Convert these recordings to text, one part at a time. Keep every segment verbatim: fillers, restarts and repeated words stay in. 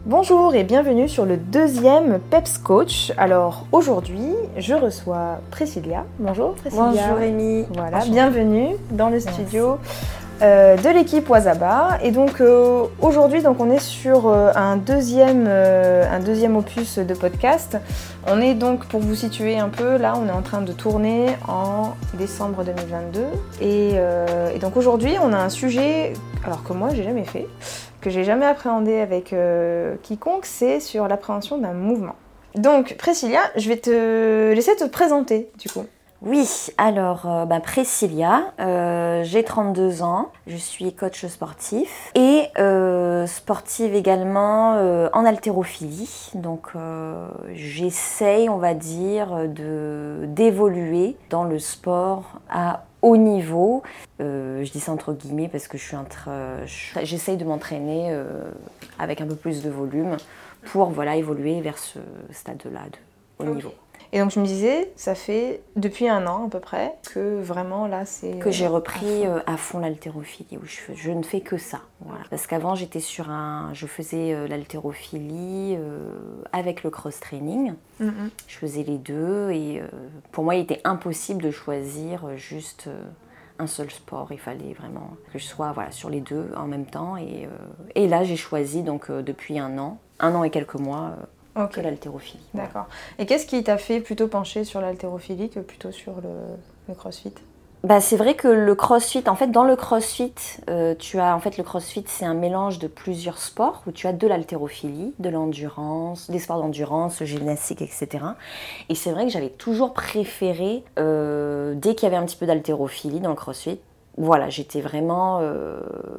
Bonjour et bienvenue sur le deuxième Peps Coach. Alors aujourd'hui, je reçois Priscilla. Bonjour Priscilla. Bonjour Rémi. Voilà, Bonjour. bienvenue dans le studio euh, de l'équipe Wasaba. Et donc euh, aujourd'hui, donc on est sur euh, un deuxième, euh, un deuxième opus de podcast. On est donc, pour vous situer un peu, là, on est en train de tourner en décembre deux mille vingt-deux. Et, euh, et donc aujourd'hui, on a un sujet, alors que moi, j'ai jamais fait. que j'ai jamais appréhendé avec euh, quiconque, c'est sur l'appréhension d'un mouvement. Donc, Priscilla, je vais te laisser te présenter, du coup. Oui, alors, euh, bah, Priscilla, euh, j'ai trente-deux ans, je suis coach sportif et euh, sportive également euh, en haltérophilie. Donc, euh, j'essaye, on va dire, de, d'évoluer dans le sport à haut niveau. Euh, je dis ça entre guillemets parce que je suis entre, je, j'essaye de m'entraîner euh, avec un peu plus de volume pour voilà, évoluer vers ce stade-là de haut okay. niveau. Et donc je me disais, ça fait depuis un an à peu près que vraiment là c'est... Que j'ai repris à fond, à fond l'haltérophilie, où je, je ne fais que ça. Voilà. Parce qu'avant j'étais sur un... Je faisais euh, l'haltérophilie euh, avec le cross-training. Mm-hmm. Je faisais les deux et euh, pour moi il était impossible de choisir juste euh, un seul sport. Il fallait vraiment que je sois voilà, sur les deux en même temps. Et, euh, et là j'ai choisi donc euh, depuis un an, un an et quelques mois... Euh, Okay. que l'haltérophilie. D'accord. Et qu'est-ce qui t'a fait plutôt pencher sur l'haltérophilie que plutôt sur le, le crossfit ? Bah, c'est vrai que le crossfit, en fait, dans le crossfit, euh, tu as, en fait, le crossfit, c'est un mélange de plusieurs sports où tu as de l'haltérophilie, de l'endurance, des sports d'endurance, gymnastique, et cetera. Et c'est vrai que j'avais toujours préféré, euh, dès qu'il y avait un petit peu d'haltérophilie dans le crossfit, voilà, j'étais vraiment euh,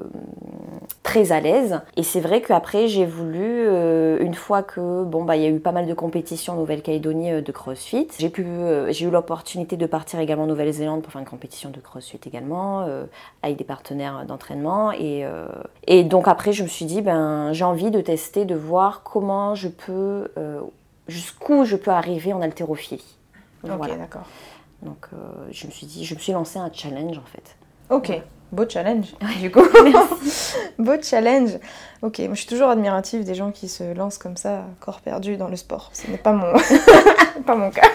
très à l'aise. Et c'est vrai qu'après, j'ai voulu, euh, une fois que, bon, bah, il y a eu pas mal de compétitions en Nouvelle-Calédonie euh, de CrossFit, j'ai, pu, euh, j'ai eu l'opportunité de partir également en Nouvelle-Zélande pour faire une compétition de CrossFit également, euh, avec des partenaires d'entraînement. Et, euh, et donc après, je me suis dit, ben, j'ai envie de tester, de voir comment je peux, euh, jusqu'où je peux arriver en haltérophilie. Ok, voilà. D'accord. Donc euh, je me suis dit, je me suis lancée un challenge en fait. Ok, voilà. Beau challenge, du coup. Beau challenge. Ok, moi je suis toujours admirative des gens qui se lancent comme ça, corps perdu dans le sport. Ce n'est pas mon, pas mon cas.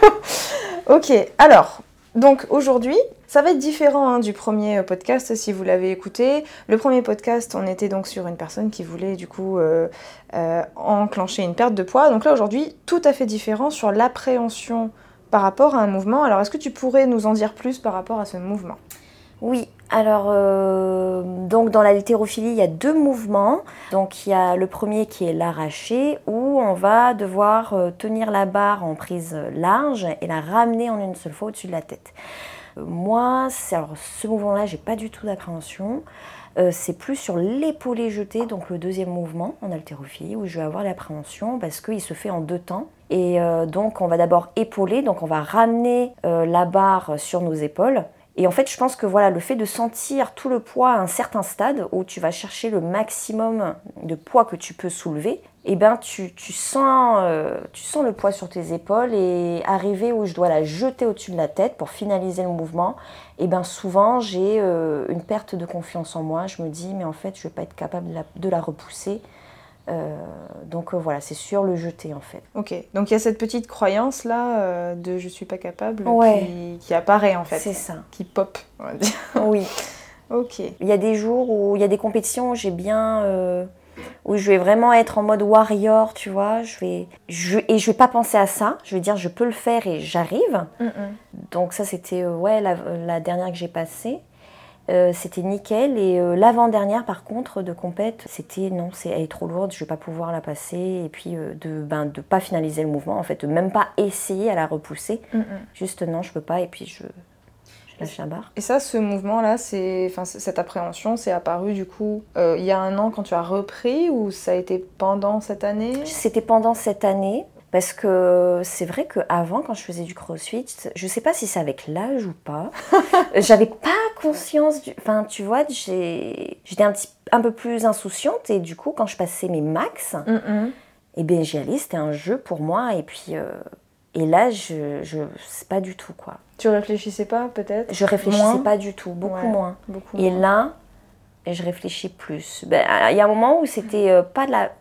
Ok, alors, donc aujourd'hui, ça va être différent hein, du premier podcast si vous l'avez écouté. Le premier podcast, on était donc sur une personne qui voulait du coup euh, euh, enclencher une perte de poids. Donc là aujourd'hui, tout à fait différent sur l'appréhension par rapport à un mouvement. Alors est-ce que tu pourrais nous en dire plus par rapport à ce mouvement ? Oui, alors euh, donc dans l'haltérophilie, il y a deux mouvements. Donc il y a le premier qui est l'arraché, où on va devoir euh, tenir la barre en prise large et la ramener en une seule fois au-dessus de la tête. Euh, moi, c'est, alors ce mouvement-là, j'ai pas du tout d'appréhension. Euh, c'est plus sur l'épaulé jeté, donc le deuxième mouvement en haltérophilie, où je vais avoir l'appréhension parce qu'il se fait en deux temps. Et euh, donc on va d'abord épauler, donc on va ramener euh, la barre sur nos épaules. Et en fait, je pense que voilà, le fait de sentir tout le poids à un certain stade où tu vas chercher le maximum de poids que tu peux soulever, eh ben, tu, tu, sens, euh, tu sens le poids sur tes épaules et arriver où je dois la jeter au-dessus de la tête pour finaliser le mouvement, eh ben, souvent j'ai euh, une perte de confiance en moi. Je me dis, mais en fait, je ne vais pas être capable de la, de la repousser. Euh, donc euh, voilà, c'est sur le jeter en fait. Ok, donc il y a cette petite croyance là euh, de je suis pas capable ouais. qui, qui apparaît en fait. C'est ça. Qui pop, on va dire. Oui. Ok. Il y a des jours où il y a des compétitions où j'ai bien, euh, où je vais vraiment être en mode warrior, tu vois. Je vais, je, et je vais pas penser à ça. Je vais dire je peux le faire et j'arrive. Mm-mm. Donc ça c'était euh, ouais la, la dernière que j'ai passée. Euh, c'était nickel et euh, l'avant-dernière par contre de compète c'était non c'est elle est trop lourde, je vais pas pouvoir la passer et puis euh, de ben de pas finaliser le mouvement en fait, de même pas essayer à la repousser. Mm-hmm. Juste non je peux pas et puis je, je lâche la barre. Et ça ce mouvement là c'est enfin cette appréhension c'est apparu du coup euh, il y a un an quand tu as repris ou ça a été pendant cette année? C'était pendant cette année. Parce que c'est vrai qu'avant, quand je faisais du crossfit, je ne sais pas si c'est avec l'âge ou pas, j'avais pas conscience du... Enfin, tu vois, j'ai... j'étais un, petit... un peu plus insouciante et du coup, quand je passais mes max, mm-hmm. eh bien, j'y allais, c'était un jeu pour moi. Et puis, euh... et là, je... je sais pas du tout, quoi. Tu réfléchissais pas, peut-être? Je réfléchissais moins pas du tout, beaucoup ouais, moins. Beaucoup et moins. là, je réfléchis plus. Ben, il y a un moment où c'était euh, pas de la...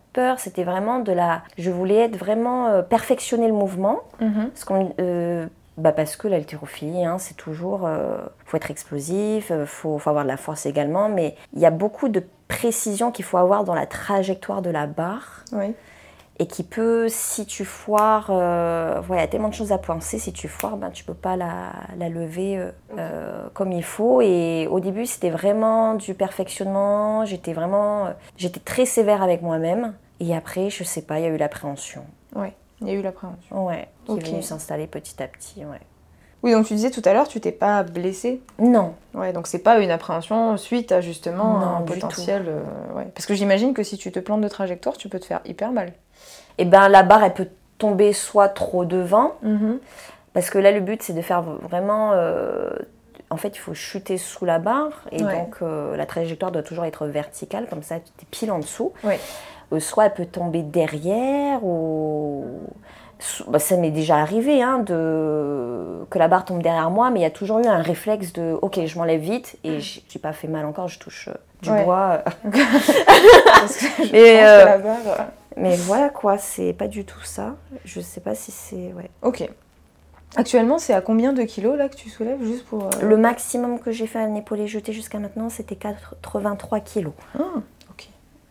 peur, c'était vraiment de la... Je voulais être vraiment euh, perfectionner le mouvement, Mhm. parce, qu'on, euh, bah parce que l'haltérophilie, hein, c'est toujours... Il euh, faut être explosif, il euh, faut, faut avoir de la force également, mais il y a beaucoup de précision qu'il faut avoir dans la trajectoire de la barre. Oui. Et qui peut, si tu foires, euh, ouais, il y a tellement de choses à penser, si tu foires, ben, tu ne peux pas la, la lever euh, euh, comme il faut. Et au début, c'était vraiment du perfectionnement, j'étais vraiment, euh, j'étais très sévère avec moi-même. Et après, je sais pas, il y a eu l'appréhension. Oui, il y a eu l'appréhension. Ouais, qui Ok. est venue s'installer petit à petit, ouais. Oui, donc tu disais tout à l'heure, tu t'es pas blessée. Non. Ouais, donc c'est pas une appréhension suite à justement Non, un du potentiel... euh, ouais. Parce que j'imagine que si tu te plantes de trajectoire, tu peux te faire hyper mal. Et ben la barre, elle peut tomber soit trop devant, Mhm. parce que là, le but, c'est de faire vraiment... euh, en fait, il faut chuter sous la barre, et Ouais. donc euh, la trajectoire doit toujours être verticale, comme ça, tu es pile en dessous. Oui. Euh, soit elle peut tomber derrière, ou... Bah, ça m'est déjà arrivé, hein, de... que la barre tombe derrière moi, mais il y a toujours eu un réflexe de « Ok, je m'enlève vite », et je n'ai pas fait mal encore, je touche euh, du Ouais. bois. Parce que je Mais, pense euh, que la barre... euh, Mais voilà quoi, c'est pas du tout ça. Je sais pas si c'est... Ouais. Ok. Actuellement, c'est à combien de kilos là que tu soulèves juste pour... euh, Le maximum que j'ai fait à un épaulé jeté jusqu'à maintenant, c'était quatre-vingt-trois kilos. Ah, ok.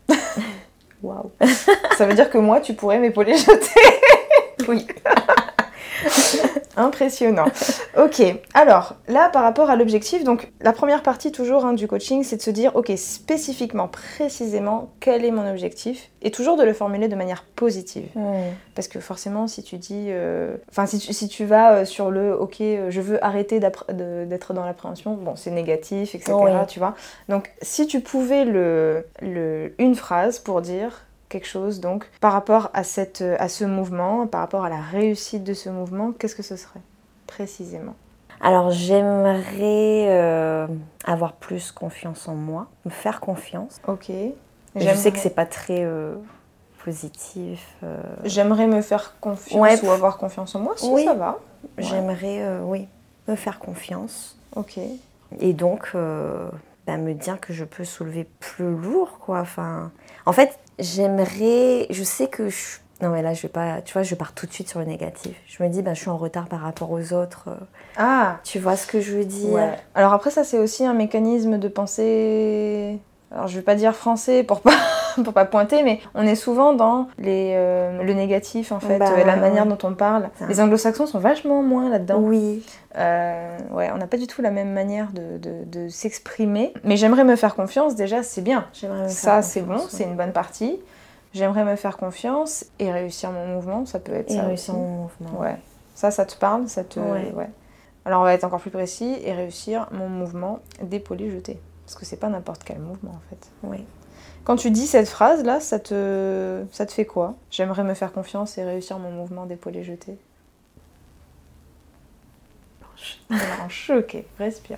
Waouh. Ça veut dire que moi, tu pourrais m'épauler jeter. Oui. Impressionnant. Ok, alors là par rapport à l'objectif, donc la première partie toujours hein, du coaching, c'est de se dire ok, spécifiquement, précisément, quel est mon objectif et toujours de le formuler de manière positive. Mmh. Parce que forcément, si tu dis, euh, enfin si, tu, si tu vas euh, sur le ok, euh, je veux arrêter de, d'être dans l'appréhension, bon c'est négatif, et cetera. Oui. Tu vois. Donc si tu pouvais le, le une phrase pour dire quelque chose donc par rapport à, cette, à ce mouvement, par rapport à la réussite de ce mouvement, qu'est-ce que ce serait précisément? Alors j'aimerais euh, avoir plus confiance en moi, me faire confiance. Ok. Je J'aimerais... sais que c'est pas très euh, positif. Euh... J'aimerais me faire confiance Ouais. ou avoir confiance en moi, si Oui. ça va. Ouais. J'aimerais, euh, oui, me faire confiance. Ok. Et donc, euh, bah, me dire que je peux soulever plus lourd, quoi. Enfin, en fait, j'aimerais... Je sais que je... Non, mais là, je vais pas... Tu vois, je pars tout de suite sur le négatif. Je me dis, bah, je suis en retard par rapport aux autres. Ah. Tu vois ce que je veux dire? Ouais. Alors après, ça, c'est aussi un mécanisme de pensée... Alors, je vais pas dire français pour pas... pour pas pointer, mais on est souvent dans les, euh, le négatif, en fait, Bah, euh, la manière ouais. dont on parle. Ça. Les anglo-saxons sont vachement moins là-dedans. Oui. Euh, ouais, on n'a pas du tout la même manière de, de, de s'exprimer. Mais j'aimerais me faire confiance, déjà, c'est bien. J'aimerais me Ça, faire c'est bon, confiance, c'est ouais. une bonne partie. J'aimerais me faire confiance et réussir mon mouvement, ça peut être Et ça réussir aussi. mon mouvement. Ouais. Ça, ça te parle, ça te... Ouais. ouais. Alors, on va être encore plus précis et réussir mon mouvement d'épaulé jeté. Parce que c'est pas n'importe quel mouvement, en fait. Oui. Quand tu dis cette phrase-là, ça te, ça te fait quoi? J'aimerais me faire confiance et réussir mon mouvement d'épaulé jeté. Blanche, ok, respire.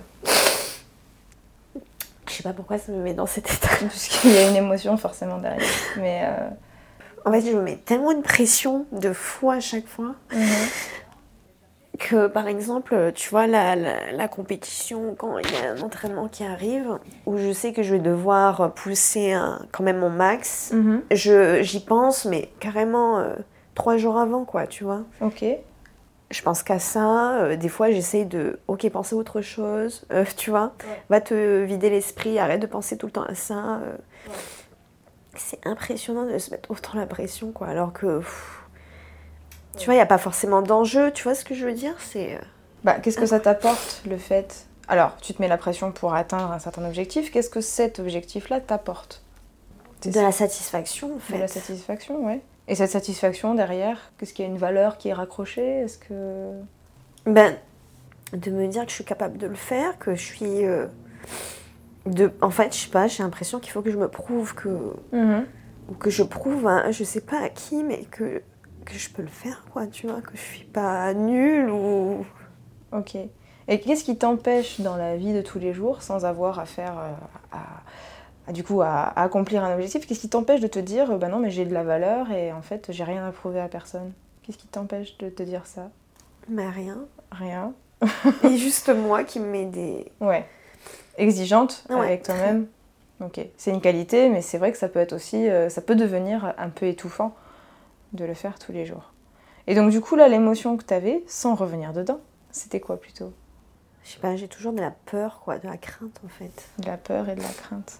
Je sais pas pourquoi ça me met dans cet état. Parce qu'il y a une émotion forcément derrière. Mais euh... En fait, je me mets tellement une pression de fou à chaque fois. Mm-hmm. Que par exemple, tu vois, la, la, la compétition, quand il y a un entraînement qui arrive, où je sais que je vais devoir pousser un, quand même mon max, mm-hmm. je, j'y pense, mais carrément euh, trois jours avant, quoi, tu vois. Ok. Je pense qu'à ça, euh, des fois j'essaye de, ok, penser à autre chose, euh, tu vois, ouais. Va te vider l'esprit, arrête de penser tout le temps à ça. Euh. Ouais. C'est impressionnant de se mettre autant la pression, quoi, alors que... Pff, tu vois, il n'y a pas forcément d'enjeu, tu vois ce que je veux dire? C'est... Bah, qu'est-ce que ça t'apporte, le fait... Alors, tu te mets la pression pour atteindre un certain objectif, qu'est-ce que cet objectif-là t'apporte? De la satisfaction, en fait. De la satisfaction, ouais. Et cette satisfaction, derrière, qu'est-ce qu'il y a une valeur qui est raccrochée? Est-ce que... Ben, de me dire que je suis capable de le faire, que je suis... Euh, de... En fait, je sais pas, j'ai l'impression qu'il faut que je me prouve que... Mm-hmm. Ou que je prouve, hein, je sais pas à qui, mais que... que je peux le faire, quoi, tu vois, que je suis pas nulle ou... Ok. Et qu'est-ce qui t'empêche dans la vie de tous les jours, sans avoir à faire, euh, à, à, du coup, à, à accomplir un objectif, qu'est-ce qui t'empêche de te dire, bah non, mais j'ai de la valeur et en fait, j'ai rien à prouver à personne? Qu'est-ce qui t'empêche de te dire ça? Mais rien. Rien. Et juste moi qui me mets des... Ouais. Exigeante ouais, avec toi-même. Ok, c'est une qualité, mais c'est vrai que ça peut être aussi, euh, ça peut devenir un peu étouffant de le faire tous les jours. Et donc du coup là, l'émotion que tu avais, sans revenir dedans, c'était quoi plutôt? Je sais pas, j'ai toujours de la peur, quoi, de la crainte en fait. De la peur et de la crainte.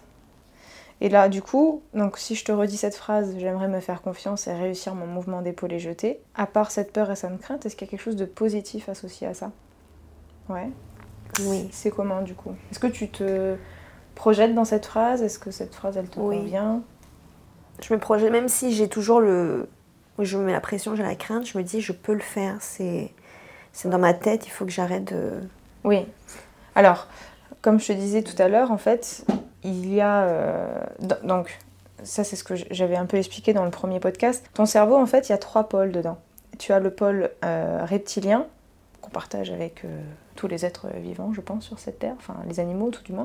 Et là, du coup, donc si je te redis cette phrase, j'aimerais me faire confiance et réussir mon mouvement d'épaule et jeté. À part cette peur et cette crainte, est-ce qu'il y a quelque chose de positif associé à ça? Ouais. Oui. C'est comment du coup? Est-ce que tu te projettes dans cette phrase? Est-ce que cette phrase, elle te Oui. convient? Je me projette, même si j'ai toujours le... Je me mets la pression, j'ai la crainte, je me dis, je peux le faire. C'est, c'est dans ma tête, il faut que j'arrête de... Oui. Alors, comme je te disais tout à l'heure, en fait, il y a... Euh, donc, ça c'est ce que j'avais un peu expliqué dans le premier podcast. Ton cerveau, en fait, il y a trois pôles dedans. Tu as le pôle euh, reptilien, qu'on partage avec euh, tous les êtres vivants, je pense, sur cette terre, enfin les animaux tout du moins,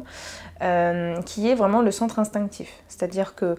euh, qui est vraiment le centre instinctif. C'est-à-dire que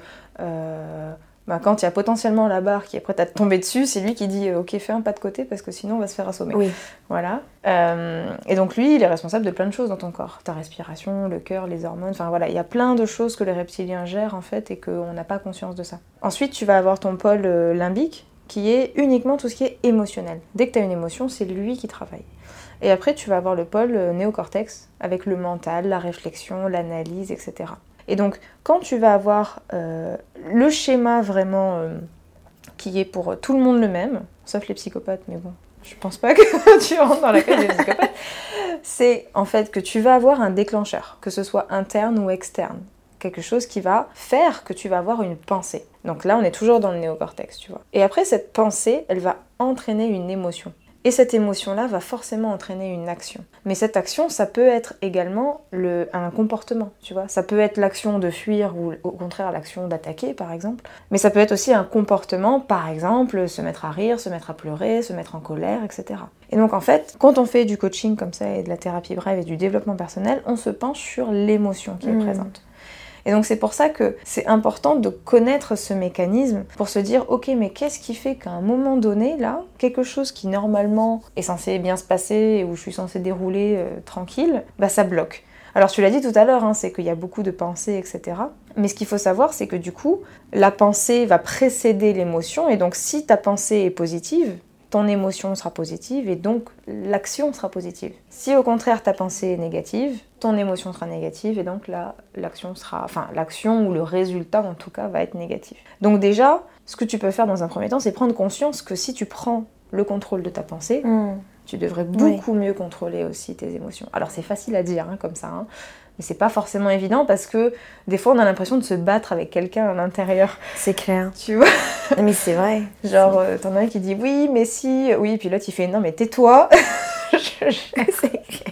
euh, bah, quand il y a potentiellement la barre qui est prête à te tomber dessus, c'est lui qui dit euh, « Ok, fais un pas de côté parce que sinon on va se faire assommer. Oui. » Voilà. Euh, et donc lui, il est responsable de plein de choses dans ton corps. Ta respiration, le cœur, les hormones, enfin voilà, il y a plein de choses que les reptiliens gèrent en fait et qu'on n'a pas conscience de ça. Ensuite, tu vas avoir ton pôle euh, limbique, qui est uniquement tout ce qui est émotionnel. Dès que tu as une émotion, c'est lui qui travaille. Et après, tu vas avoir le pôle néocortex, avec le mental, la réflexion, l'analyse, et cetera. Et donc, quand tu vas avoir euh, le schéma vraiment euh, qui est pour tout le monde le même, sauf les psychopathes, mais bon, je pense pas que tu rentres dans la case des psychopathes, c'est en fait que tu vas avoir un déclencheur, que ce soit interne ou externe. Quelque chose qui va faire que tu vas avoir une pensée. Donc là, on est toujours dans le néocortex, tu vois. Et après, cette pensée, elle va entraîner une émotion. Et cette émotion-là va forcément entraîner une action. Mais cette action, ça peut être également le, un comportement, tu vois. Ça peut être l'action de fuir ou au contraire l'action d'attaquer, par exemple. Mais ça peut être aussi un comportement, par exemple, se mettre à rire, se mettre à pleurer, se mettre en colère, et cetera. Et donc en fait, quand on fait du coaching comme ça et de la thérapie brève et du développement personnel, on se penche sur l'émotion qui est mmh. présente. Et donc c'est pour ça que c'est important de connaître ce mécanisme pour se dire ok, mais qu'est-ce qui fait qu'à un moment donné là, quelque chose qui normalement est censé bien se passer et où je suis censée dérouler euh, tranquille, bah ça bloque. Alors tu l'as dit tout à l'heure, hein, c'est qu'il y a beaucoup de pensées, et cetera. Mais ce qu'il faut savoir, c'est que du coup, la pensée va précéder l'émotion et donc si ta pensée est positive, ton émotion sera positive et donc l'action sera positive. Si au contraire ta pensée est négative, ton émotion sera négative et donc là, l'action sera, enfin l'action ou le résultat en tout cas va être négatif. Donc déjà, ce que tu peux faire dans un premier temps, c'est prendre conscience que si tu prends le contrôle de ta pensée, mmh. tu devrais beaucoup oui. mieux contrôler aussi tes émotions. Alors c'est facile à dire hein, comme ça, hein, mais c'est pas forcément évident parce que des fois on a l'impression de se battre avec quelqu'un à l'intérieur. C'est clair. Tu vois? Mais c'est vrai. Genre euh, t'en as un qui dit oui mais si, oui, puis l'autre il fait non mais tais-toi. je, je... C'est clair.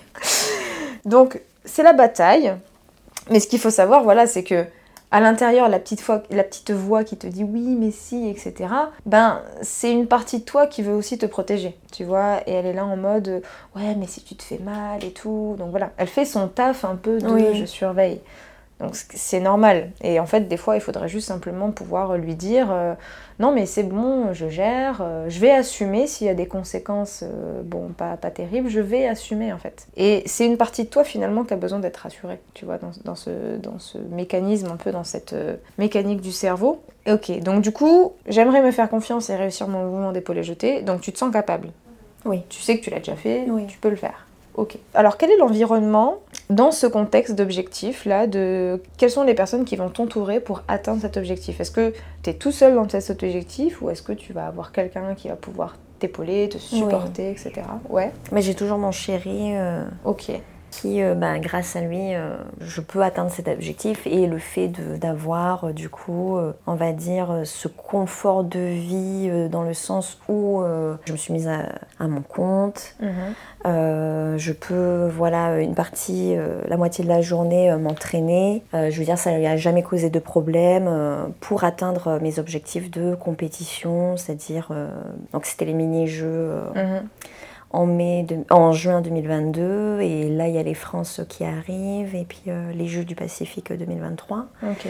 Donc c'est la bataille, mais ce qu'il faut savoir voilà c'est que à l'intérieur, la petite, fois, la petite voix qui te dit oui, mais si, et cetera, ben, c'est une partie de toi qui veut aussi te protéger, tu vois, et elle est là en mode ouais, mais si tu te fais mal et tout, donc voilà, elle fait son taf un peu de oui. je surveille. Donc c'est normal. Et en fait, des fois, il faudrait juste simplement pouvoir lui dire euh, non, mais c'est bon, je gère, euh, je vais assumer s'il y a des conséquences, euh, bon, pas, pas terribles, je vais assumer en fait. Et c'est une partie de toi finalement qui a besoin d'être rassurée, tu vois, dans, dans, ce, dans ce mécanisme, un peu dans cette euh, mécanique du cerveau. Et ok, donc du coup, j'aimerais me faire confiance et réussir mon mouvement d'épaule et jeté, donc tu te sens capable. Oui. Tu sais que tu l'as déjà fait, oui. tu peux le faire. Ok. Alors, quel est l'environnement dans ce contexte d'objectif-là de... Quelles sont les personnes qui vont t'entourer pour atteindre cet objectif? Est-ce que tu es tout seul dans cet objectif ou est-ce que tu vas avoir quelqu'un qui va pouvoir t'épauler, te supporter, oui. et cetera. Ouais. Mais j'ai toujours mon chéri. Euh... Ok. Qui, euh, ben, grâce à lui, euh, je peux atteindre cet objectif et le fait de, d'avoir, euh, du coup, euh, on va dire, euh, ce confort de vie euh, dans le sens où euh, je me suis mise à, à mon compte. Mm-hmm. Euh, je peux, voilà, une partie, euh, la moitié de la journée, euh, m'entraîner. Euh, je veux dire, ça ne lui a jamais causé de problème euh, pour atteindre mes objectifs de compétition, c'est-à-dire, euh, donc c'était les mini-jeux. Euh, mm-hmm. En, mai de, en juin deux mille vingt-deux, et là il y a les France qui arrivent, et puis euh, les Jeux du Pacifique deux mille vingt-trois. Okay.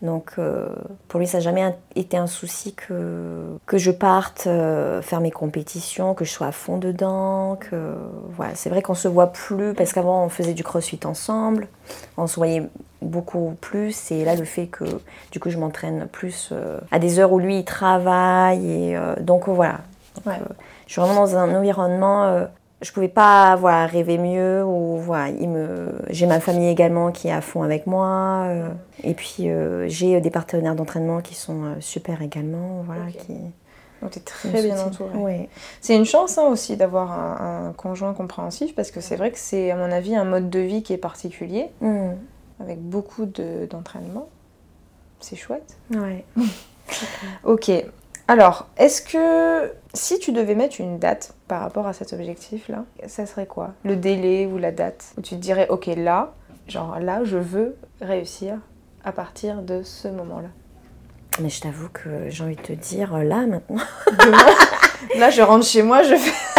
Donc euh, pour lui, ça n'a jamais un- été un souci que, que je parte euh, faire mes compétitions, que je sois à fond dedans. Que, voilà. C'est vrai qu'on ne se voit plus, parce qu'avant on faisait du crossfit ensemble, on se voyait beaucoup plus. Et là, le fait que du coup je m'entraîne plus euh, à des heures où lui il travaille. Et, euh, donc euh, voilà. Donc, Ouais. euh, je suis vraiment dans un environnement... Euh, je pouvais pas voilà, rêver mieux. Ou, voilà, il me... J'ai ma famille également qui est à fond avec moi. Euh, et puis euh, j'ai des partenaires d'entraînement qui sont euh, super également. Voilà, Ok. qui, Donc tu es qui très me bien soutiennent. entourée. Ouais. C'est une chance hein, aussi d'avoir un, un conjoint compréhensif parce que c'est vrai que c'est à mon avis un mode de vie qui est particulier, Mmh. avec beaucoup de- d'entraînement. C'est chouette. Ouais. Ok. Alors, est-ce que si tu devais mettre une date par rapport à cet objectif-là, ça serait quoi? Le délai ou la date? Où tu te dirais, ok, là, genre là, je veux réussir à partir de ce moment-là. Mais je t'avoue que j'ai envie de te dire, euh, là, maintenant, Demain, là, je rentre chez moi, je fais...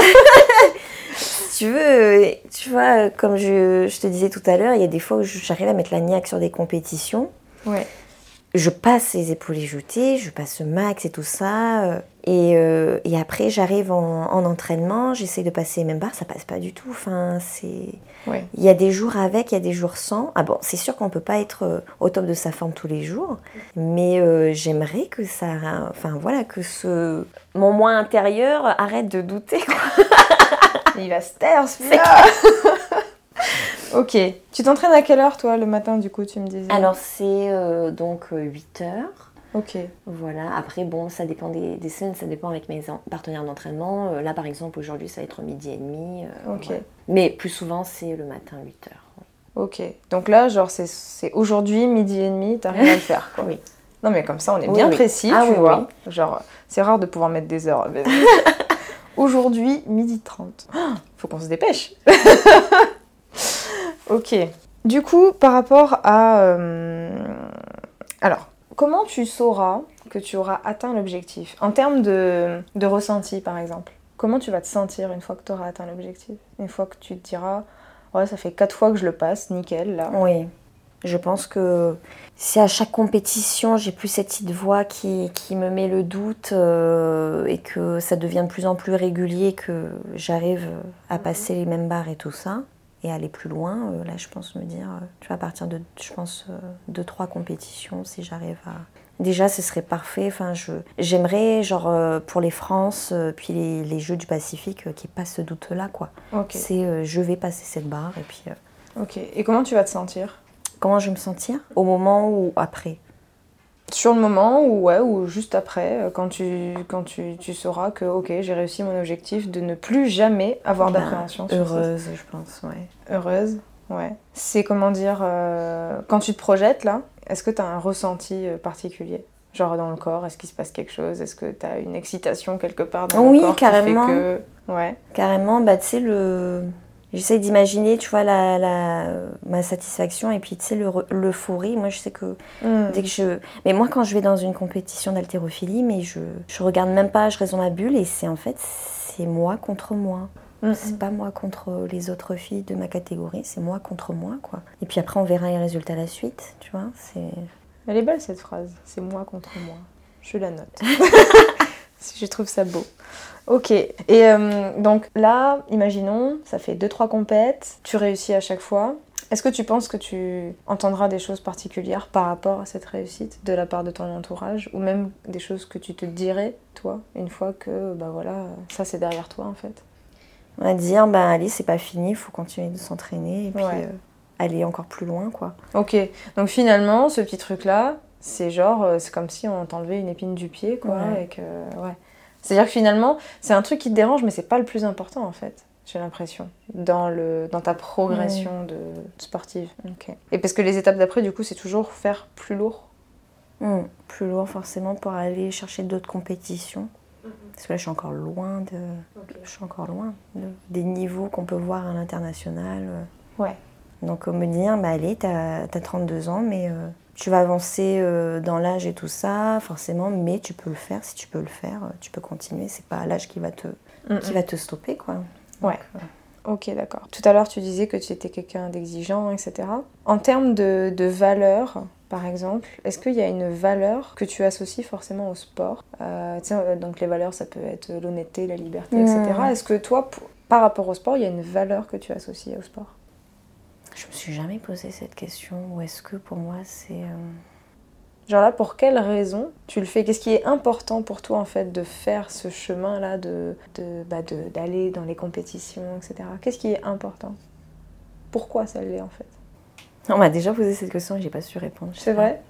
si tu veux, euh, tu vois, euh, comme je, je te disais tout à l'heure, il y a des fois où je- j'arrive à mettre la niaque sur des compétitions. Ouais. Je passe les épaules jetées, je passe le max et tout ça. euh, Et, euh, et après, j'arrive en, en entraînement, j'essaie de passer les mêmes barres, ça passe pas du tout. Enfin, c'est... Ouais. Il y a des jours avec, il y a des jours sans. Ah bon, c'est sûr qu'on peut pas être euh, au top de sa forme tous les jours, mais euh, j'aimerais que ça... Enfin, voilà, que ce... Mon moi intérieur arrête de douter, quoi. Il va se taire, celui-là. Ok. Tu t'entraînes à quelle heure, toi, le matin, du coup, tu me disais? Alors, c'est euh, donc euh, huit heures. Ok. Voilà, après bon, ça dépend des, des semaines, ça dépend avec mes en- partenaires d'entraînement. Euh, là par exemple, aujourd'hui ça va être midi et demi. euh, Ok. voilà. Mais plus souvent c'est le matin huit heures. Ok. Donc là, genre, c'est- c'est aujourd'hui, midi et demi, t'arrives à le faire, quoi. Oui. Non, mais comme ça, on est Oui, bien oui. précis, Ah tu oui, vois. Genre, c'est rare de pouvoir mettre des heures. mais- Aujourd'hui, midi trente. Ah, faut qu'on se dépêche. Ok. Du coup, par rapport à... euh, Alors, comment tu sauras que tu auras atteint l'objectif? En termes de, de ressenti, par exemple. Comment tu vas te sentir une fois que tu auras atteint l'objectif? Une fois que tu te diras, ouais, ça fait quatre fois que je le passe, nickel, là. Oui, je pense que si à chaque compétition j'ai plus cette petite voix qui, qui me met le doute euh, et que ça devient de plus en plus régulier, que j'arrive à passer les mêmes barres et tout ça, et aller plus loin, euh, là je pense me dire, euh, tu vois, à partir de, je pense, euh, deux, trois compétitions, si j'arrive à... Déjà, ce serait parfait. Enfin, je, j'aimerais, genre, euh, pour les France, euh, puis les, les Jeux du Pacifique, euh, qu'il n'y ait pas ce doute-là, quoi. Ok. C'est, euh, je vais passer cette barre, et puis... euh, Ok. Et comment tu vas te sentir? comment je vais me sentir? Au moment ou après? Sur le moment ou ouais ou juste après euh, quand tu quand tu, tu sauras que ok j'ai réussi mon objectif de ne plus jamais avoir Ben, d'appréhension sur ça. heureuse, je pense, ouais. Heureuse, ouais. C'est comment dire euh, quand tu te projettes là, est-ce que tu as un ressenti euh, particulier? Genre dans le corps, est-ce qu'il se passe quelque chose? Est-ce que tu as une excitation quelque part dans Oui, le corps carrément. qui fait que ouais. Carrément, bah, tu sais, le... J'essaie d'imaginer, tu vois, la, la... ma satisfaction, et puis, tu sais, le re- l'euphorie. Moi, je sais que Mm. dès que je... Mais moi, quand je vais dans une compétition d'haltérophilie, mais je... je regarde même pas, je reste dans ma bulle, et c'est en fait, c'est moi contre moi. Mm. C'est pas moi contre les autres filles de ma catégorie, c'est moi contre moi, quoi. Et puis après, on verra les résultats à la suite, tu vois, c'est... Elle est belle cette phrase, c'est moi contre moi. Je la note. Je trouve ça beau. Ok, et euh, donc là, imaginons, ça fait deux trois compètes, tu réussis à chaque fois. Est-ce que tu penses que tu entendras des choses particulières par rapport à cette réussite de la part de ton entourage, ou même des choses que tu te dirais, toi, une fois que, bah voilà, ça c'est derrière toi en fait? On va dire, ben allez, c'est pas fini, il faut continuer de s'entraîner, et puis Ouais. euh, aller encore plus loin, quoi. Ok, donc finalement, ce petit truc-là, c'est genre, euh, c'est comme si on t'enlevait une épine du pied, quoi, Ouais. et que, ouais. C'est-à-dire que finalement, c'est un truc qui te dérange, mais c'est pas le plus important, en fait, j'ai l'impression, dans, le, dans ta progression de sportive. Ok. Et parce que les étapes d'après, du coup, c'est toujours faire plus lourd. Hmm, plus loin, forcément, pour aller chercher d'autres compétitions. Parce que là, je suis encore loin de... Je suis encore loin de- des niveaux qu'on peut voir à l'international. euh. Ouais. Donc, euh, me dire, bah allez, t'as, t'as trente-deux ans, mais euh, tu vas avancer euh, dans l'âge et tout ça, forcément, mais tu peux le faire. Si tu peux le faire, euh, tu peux continuer. C'est pas l'âge qui va te, Mm, qui mm. va te stopper, quoi. Donc, Ouais. euh, Ok, d'accord. Tout à l'heure, tu disais que tu étais quelqu'un d'exigeant, et cetera. En termes de, de valeurs, par exemple, est-ce qu'il y a une valeur que tu associes forcément au sport euh, tiens, donc les valeurs, ça peut être l'honnêteté, la liberté, et cetera. Mmh. Est-ce que toi, pour- par rapport au sport, il y a une valeur que tu associes au sport? Je me suis jamais posé cette question. Ou est-ce que pour moi, c'est... euh, Genre là, pour quelle raison tu le fais? Qu'est-ce qui est important pour toi, en fait, de faire ce chemin-là, de, de, bah, de- d'aller dans les compétitions, et cetera. Qu'est-ce qui est important? Pourquoi ça l'est, en fait? On m'a déjà posé cette question et j'ai pas su répondre. je sais C'est pas. vrai?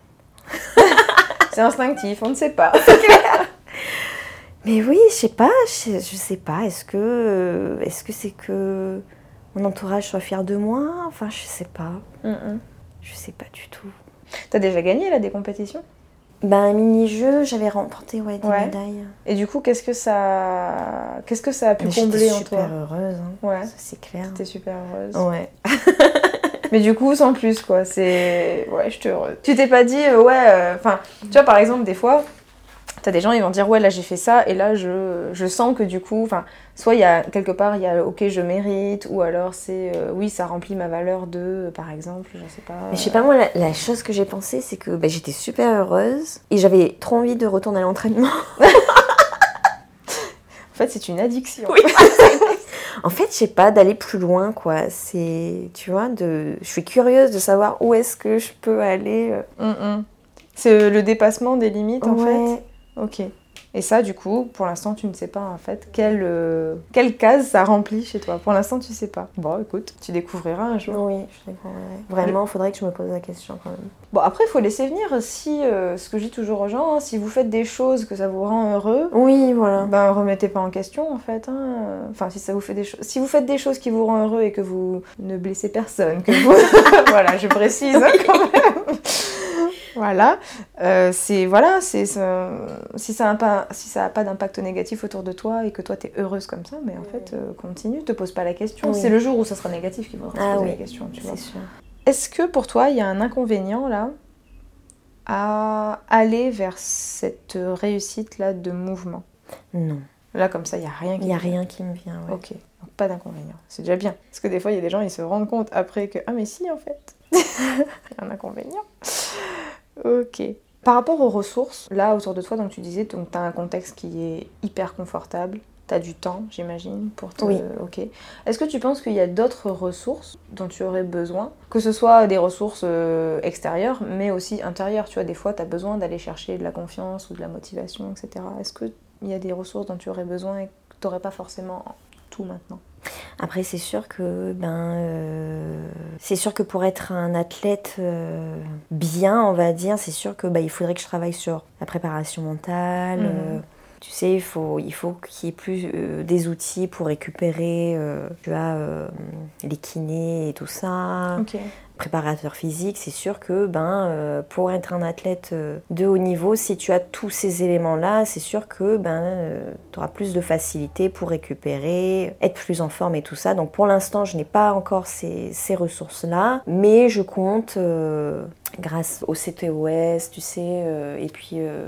C'est instinctif, on ne sait pas. Mais oui, je sais pas, je, je sais pas. Est-ce que euh, est-ce que c'est que mon entourage soit fier de moi? Enfin, je sais pas. Mm-mm. Je sais pas du tout. T'as déjà gagné, là, des compétitions? Ben, un mini-jeu, j'avais remporté ouais, des Ouais. médailles. Et du coup, qu'est-ce que ça, qu'est-ce que ça a pu Mais j'étais combler en super toi? heureuse, hein. Ouais. Ça, c'est clair. T'es super heureuse. Ouais. Mais du coup, sans plus, quoi. C'est... Ouais, je suis heureuse. Tu t'es pas dit, euh, ouais... Enfin, euh... tu vois, par exemple, des fois, t'as des gens, ils vont dire, ouais, là, j'ai fait ça, et là, je, je sens que du coup... Enfin, soit il y a, quelque part, il y a, ok, je mérite, ou alors c'est, euh, oui, ça remplit ma valeur de, par exemple, je sais pas... Mais je sais pas, moi, la, la chose que j'ai pensé, c'est que bah, j'étais super heureuse, et j'avais trop envie de retourner à l'entraînement. En fait, c'est une addiction. Oui. En fait, je sais pas, d'aller plus loin, quoi. C'est, tu vois, de... je suis curieuse de savoir où est-ce que je peux aller. Mm-mm. C'est le dépassement des limites, en Ouais. fait. Ok. Et ça, du coup, pour l'instant, tu ne sais pas, en fait, quelle, euh, quelle case ça remplit chez toi. Pour l'instant, tu sais pas. Bon, écoute, tu découvriras un jour. Oui, je découvrirai. Vraiment, il faudrait que je me pose la question, quand même. Bon, après, il faut laisser venir. Si, euh, ce que je dis toujours aux gens, hein, si vous faites des choses que ça vous rend heureux, Oui, voilà. ben remettez pas en question, en fait. Hein. Enfin, si ça vous fait des choses, si vous faites des choses qui vous rendent heureux et que vous ne blessez personne, que vous, voilà, je précise hein, quand même. Voilà, euh, c'est voilà, c'est ça, si ça n'a pas, si ça a pas d'impact négatif autour de toi et que toi t'es heureuse comme ça, mais en fait euh, continue, te pose pas la question. Oui. C'est le jour où ça sera négatif qu'il faudra se Ah poser oui, la question, tu vois. c'est sûr. Est-ce que pour toi il y a un inconvénient là à aller vers cette réussite là de mouvement? Non. Là comme ça il y a rien qui. Il y a me vient. rien qui me vient. Ouais. Ok, donc pas d'inconvénient, c'est déjà bien. Parce que des fois il y a des gens ils se rendent compte après que ah mais si en fait il y a un inconvénient. Ok. Par rapport aux ressources, là autour de toi, donc tu disais, donc tu as un contexte qui est hyper confortable, tu as du temps, j'imagine, pour te... Oui. Ok. Est-ce que tu penses qu'il y a d'autres ressources dont tu aurais besoin? Que ce soit des ressources euh, extérieures, mais aussi intérieures. Tu vois, des fois, tu as besoin d'aller chercher de la confiance ou de la motivation, et cetera. Est-ce qu'il y a des ressources dont tu aurais besoin et que tu n'aurais pas forcément tout maintenant? Après, c'est sûr que ben, euh, c'est sûr que pour être un athlète euh, bien, on va dire, c'est sûr que ben, il faudrait que je travaille sur la préparation mentale. Mmh. Euh, tu sais, il faut, il faut qu'il y ait plus euh, des outils pour récupérer, euh, tu vois, euh, les kinés et tout ça. Ok. Préparateur physique, c'est sûr que ben, euh, pour être un athlète euh, de haut niveau, si tu as tous ces éléments-là, c'est sûr que ben, euh, tu auras plus de facilité pour récupérer, être plus en forme et tout ça. Donc pour l'instant, je n'ai pas encore ces, ces ressources-là, mais je compte, euh, grâce au C T O S, tu sais, euh, et puis euh,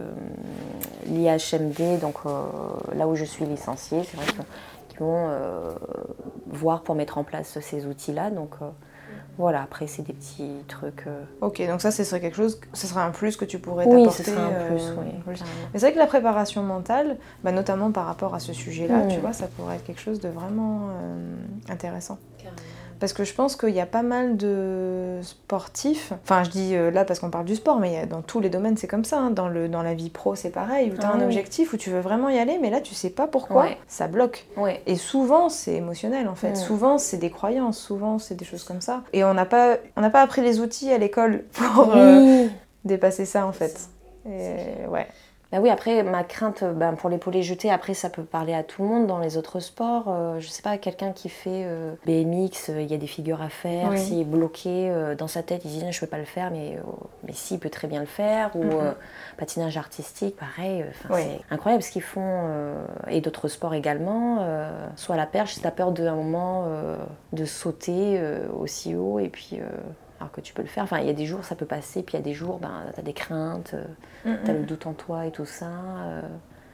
l'I H M D, donc euh, là où je suis licenciée, c'est vrai qu'ils vont euh, voir pour mettre en place ces outils-là. Donc, euh, voilà, après c'est des petits trucs. Euh... Ok, donc ça, ce serait quelque chose, ce serait un plus que tu pourrais oui, t'apporter. ce serait un plus, euh, oui. Mais c'est vrai que la préparation mentale, bah, notamment par rapport à ce sujet-là, mmh. tu vois, ça pourrait être quelque chose de vraiment euh, intéressant. Carrément. Parce que je pense qu'il y a pas mal de sportifs, enfin je dis euh, là parce qu'on parle du sport, mais dans tous les domaines c'est comme ça, hein. dans, le, dans la vie pro c'est pareil, où tu as ah, un oui. objectif, où tu veux vraiment y aller, mais là tu sais pas pourquoi, ouais. ça bloque. Ouais. Et souvent c'est émotionnel en fait, mmh. souvent c'est des croyances, souvent c'est des choses comme ça. Et on n'a pas, on n'a pas appris les outils à l'école pour oui. euh, dépasser ça en fait. Et, ouais. Bah oui, après, ma crainte ben, pour l'épaulé jeté, après, ça peut parler à tout le monde dans les autres sports. Euh, je sais pas, quelqu'un qui fait euh, B M X, il euh, y a des figures à faire. Oui. S'il est bloqué euh, dans sa tête, il dit « je peux pas le faire », mais, euh, mais si, il peut très bien le faire. Ou mm-hmm. euh, patinage artistique, pareil. Euh, oui. C'est incroyable ce qu'ils font. Euh, et d'autres sports également. Euh, soit à la perche, si tu as peur d'un moment euh, de sauter euh, aussi haut, et puis... Euh, alors que tu peux le faire. Enfin, il y a des jours, ça peut passer, puis il y a des jours, ben, tu as des craintes, euh, mm-hmm. tu as le doute en toi et tout ça. Euh...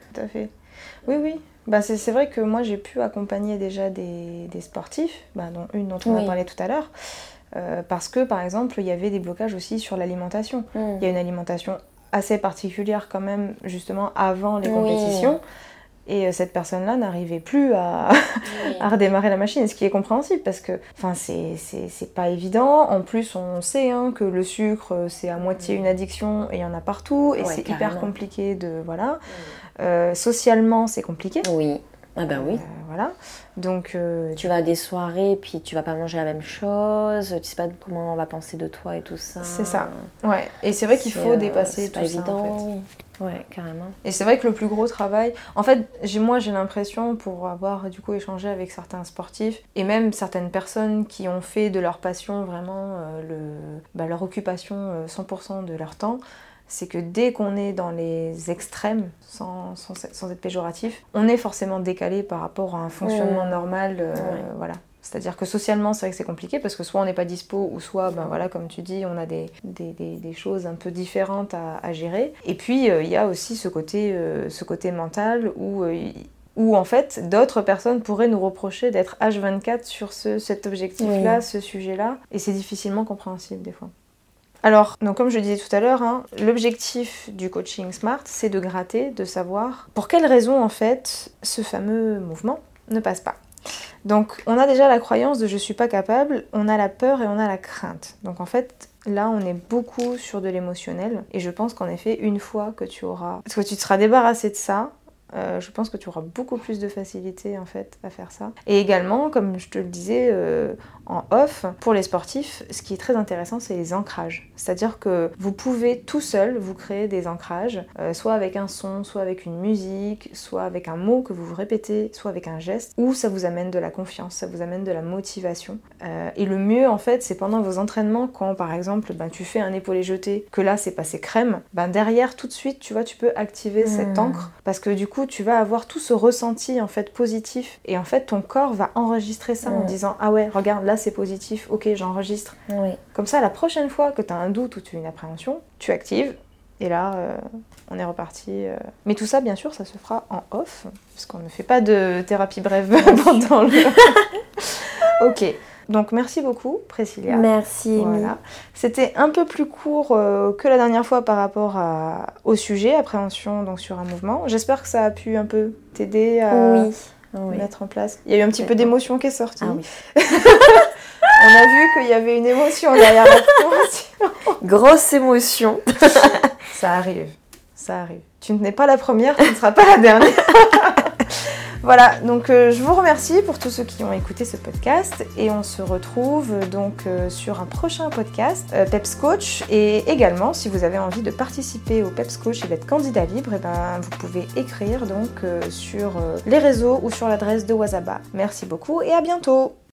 tout à fait. Oui, oui. Bah, c'est, c'est vrai que moi, j'ai pu accompagner déjà des, des sportifs, bah, dont une dont on Oui. a parlé tout à l'heure, euh, parce que, par exemple, il y avait des blocages aussi sur l'alimentation. Mm. Il y a une alimentation assez particulière quand même, justement, avant les Oui. compétitions. Et euh, cette personne-là n'arrivait plus à, Oui. à redémarrer la machine, ce qui est compréhensible parce que c'est, c'est, c'est pas évident. En plus, on sait hein, que le sucre, c'est à moitié une addiction et il y en a partout. Et Ouais, c'est carrément. hyper compliqué de... Voilà. Euh, socialement, c'est compliqué. Oui. Ah ben oui. Euh, voilà. Donc, euh, Tu vas à des soirées, puis tu vas pas manger la même chose, tu sais pas comment on va penser de toi et tout ça. c'est ça. Ouais. Et c'est vrai qu'il C'est, faut euh, dépasser c'est tout pas ça, évident, en fait. oui. Ouais, carrément. Et c'est vrai que le plus gros travail... En fait, j'ai, moi, j'ai l'impression, pour avoir du coup échangé avec certains sportifs, et même certaines personnes qui ont fait de leur passion vraiment euh, le, bah, leur occupation euh, cent pour cent de leur temps, c'est que dès qu'on est dans les extrêmes, sans, sans, sans être péjoratif, on est forcément décalé par rapport à un fonctionnement Mmh. normal. Euh, Ouais. Voilà. C'est-à-dire que socialement, c'est vrai que c'est compliqué parce que soit on n'est pas dispo ou soit, ben voilà, comme tu dis, on a des, des, des, des choses un peu différentes à, à gérer. Et puis, il euh, y a aussi ce côté, euh, ce côté mental où, euh, où, en fait, d'autres personnes pourraient nous reprocher d'être H vingt-quatre sur ce, cet objectif-là, Oui. ce sujet-là. Et c'est difficilement compréhensible des fois. Alors, donc comme je disais tout à l'heure, hein, l'objectif du coaching SMART, c'est de gratter, de savoir pour quelles raisons, en fait, ce fameux mouvement ne passe pas. Donc, on a déjà la croyance de « je suis pas capable », on a la peur et on a la crainte. Donc, en fait, là, on est beaucoup sur de l'émotionnel. Et je pense qu'en effet, une fois que tu auras... Parce que tu te seras débarrassé de ça, euh, je pense que tu auras beaucoup plus de facilité, en fait, à faire ça. Et également, comme je te le disais euh, en off, pour les sportifs, ce qui est très intéressant, c'est les ancrages. C'est-à-dire que vous pouvez tout seul vous créer des ancrages, euh, soit avec un son, soit avec une musique, soit avec un mot que vous vous répétez, soit avec un geste, où ça vous amène de la confiance, ça vous amène de la motivation. Euh, et le mieux, en fait, c'est pendant vos entraînements, quand, par exemple, ben, tu fais un épaulé jeté, que là, c'est passé crème, ben, derrière, tout de suite, tu vois, tu peux activer mmh. cette encre, parce que du coup, tu vas avoir tout ce ressenti, en fait, positif, et en fait, ton corps va enregistrer ça mmh. en disant « Ah ouais, regarde, là, c'est positif, ok, j'enregistre. Oui. » Comme ça, la prochaine fois que tu as un doute ou tu as une appréhension, tu actives, et là, euh, on est reparti. Euh... Mais tout ça, bien sûr, ça se fera en off, parce qu'on ne fait pas de thérapie brève pendant le... Ok. Donc merci beaucoup Priscilla. Merci. Voilà. C'était un peu plus court euh, que la dernière fois par rapport à, au sujet, appréhension donc sur un mouvement. J'espère que ça a pu un peu t'aider à oui. Oui. mettre en place. Il y a eu un petit peu d'émotion qui est sortie. Ah oui. On a vu qu'il y avait une émotion derrière la préhension. Grosse émotion. Ça arrive, ça arrive. Tu n'es pas la première, tu ne seras pas la dernière. Voilà, donc euh, je vous remercie pour tous ceux qui ont écouté ce podcast et on se retrouve euh, donc euh, sur un prochain podcast euh, Peps Coach, et également si vous avez envie de participer au Peps Coach et d'être candidat libre, et ben, vous pouvez écrire donc euh, sur euh, les réseaux ou sur l'adresse de Wasaba. Merci beaucoup et à bientôt.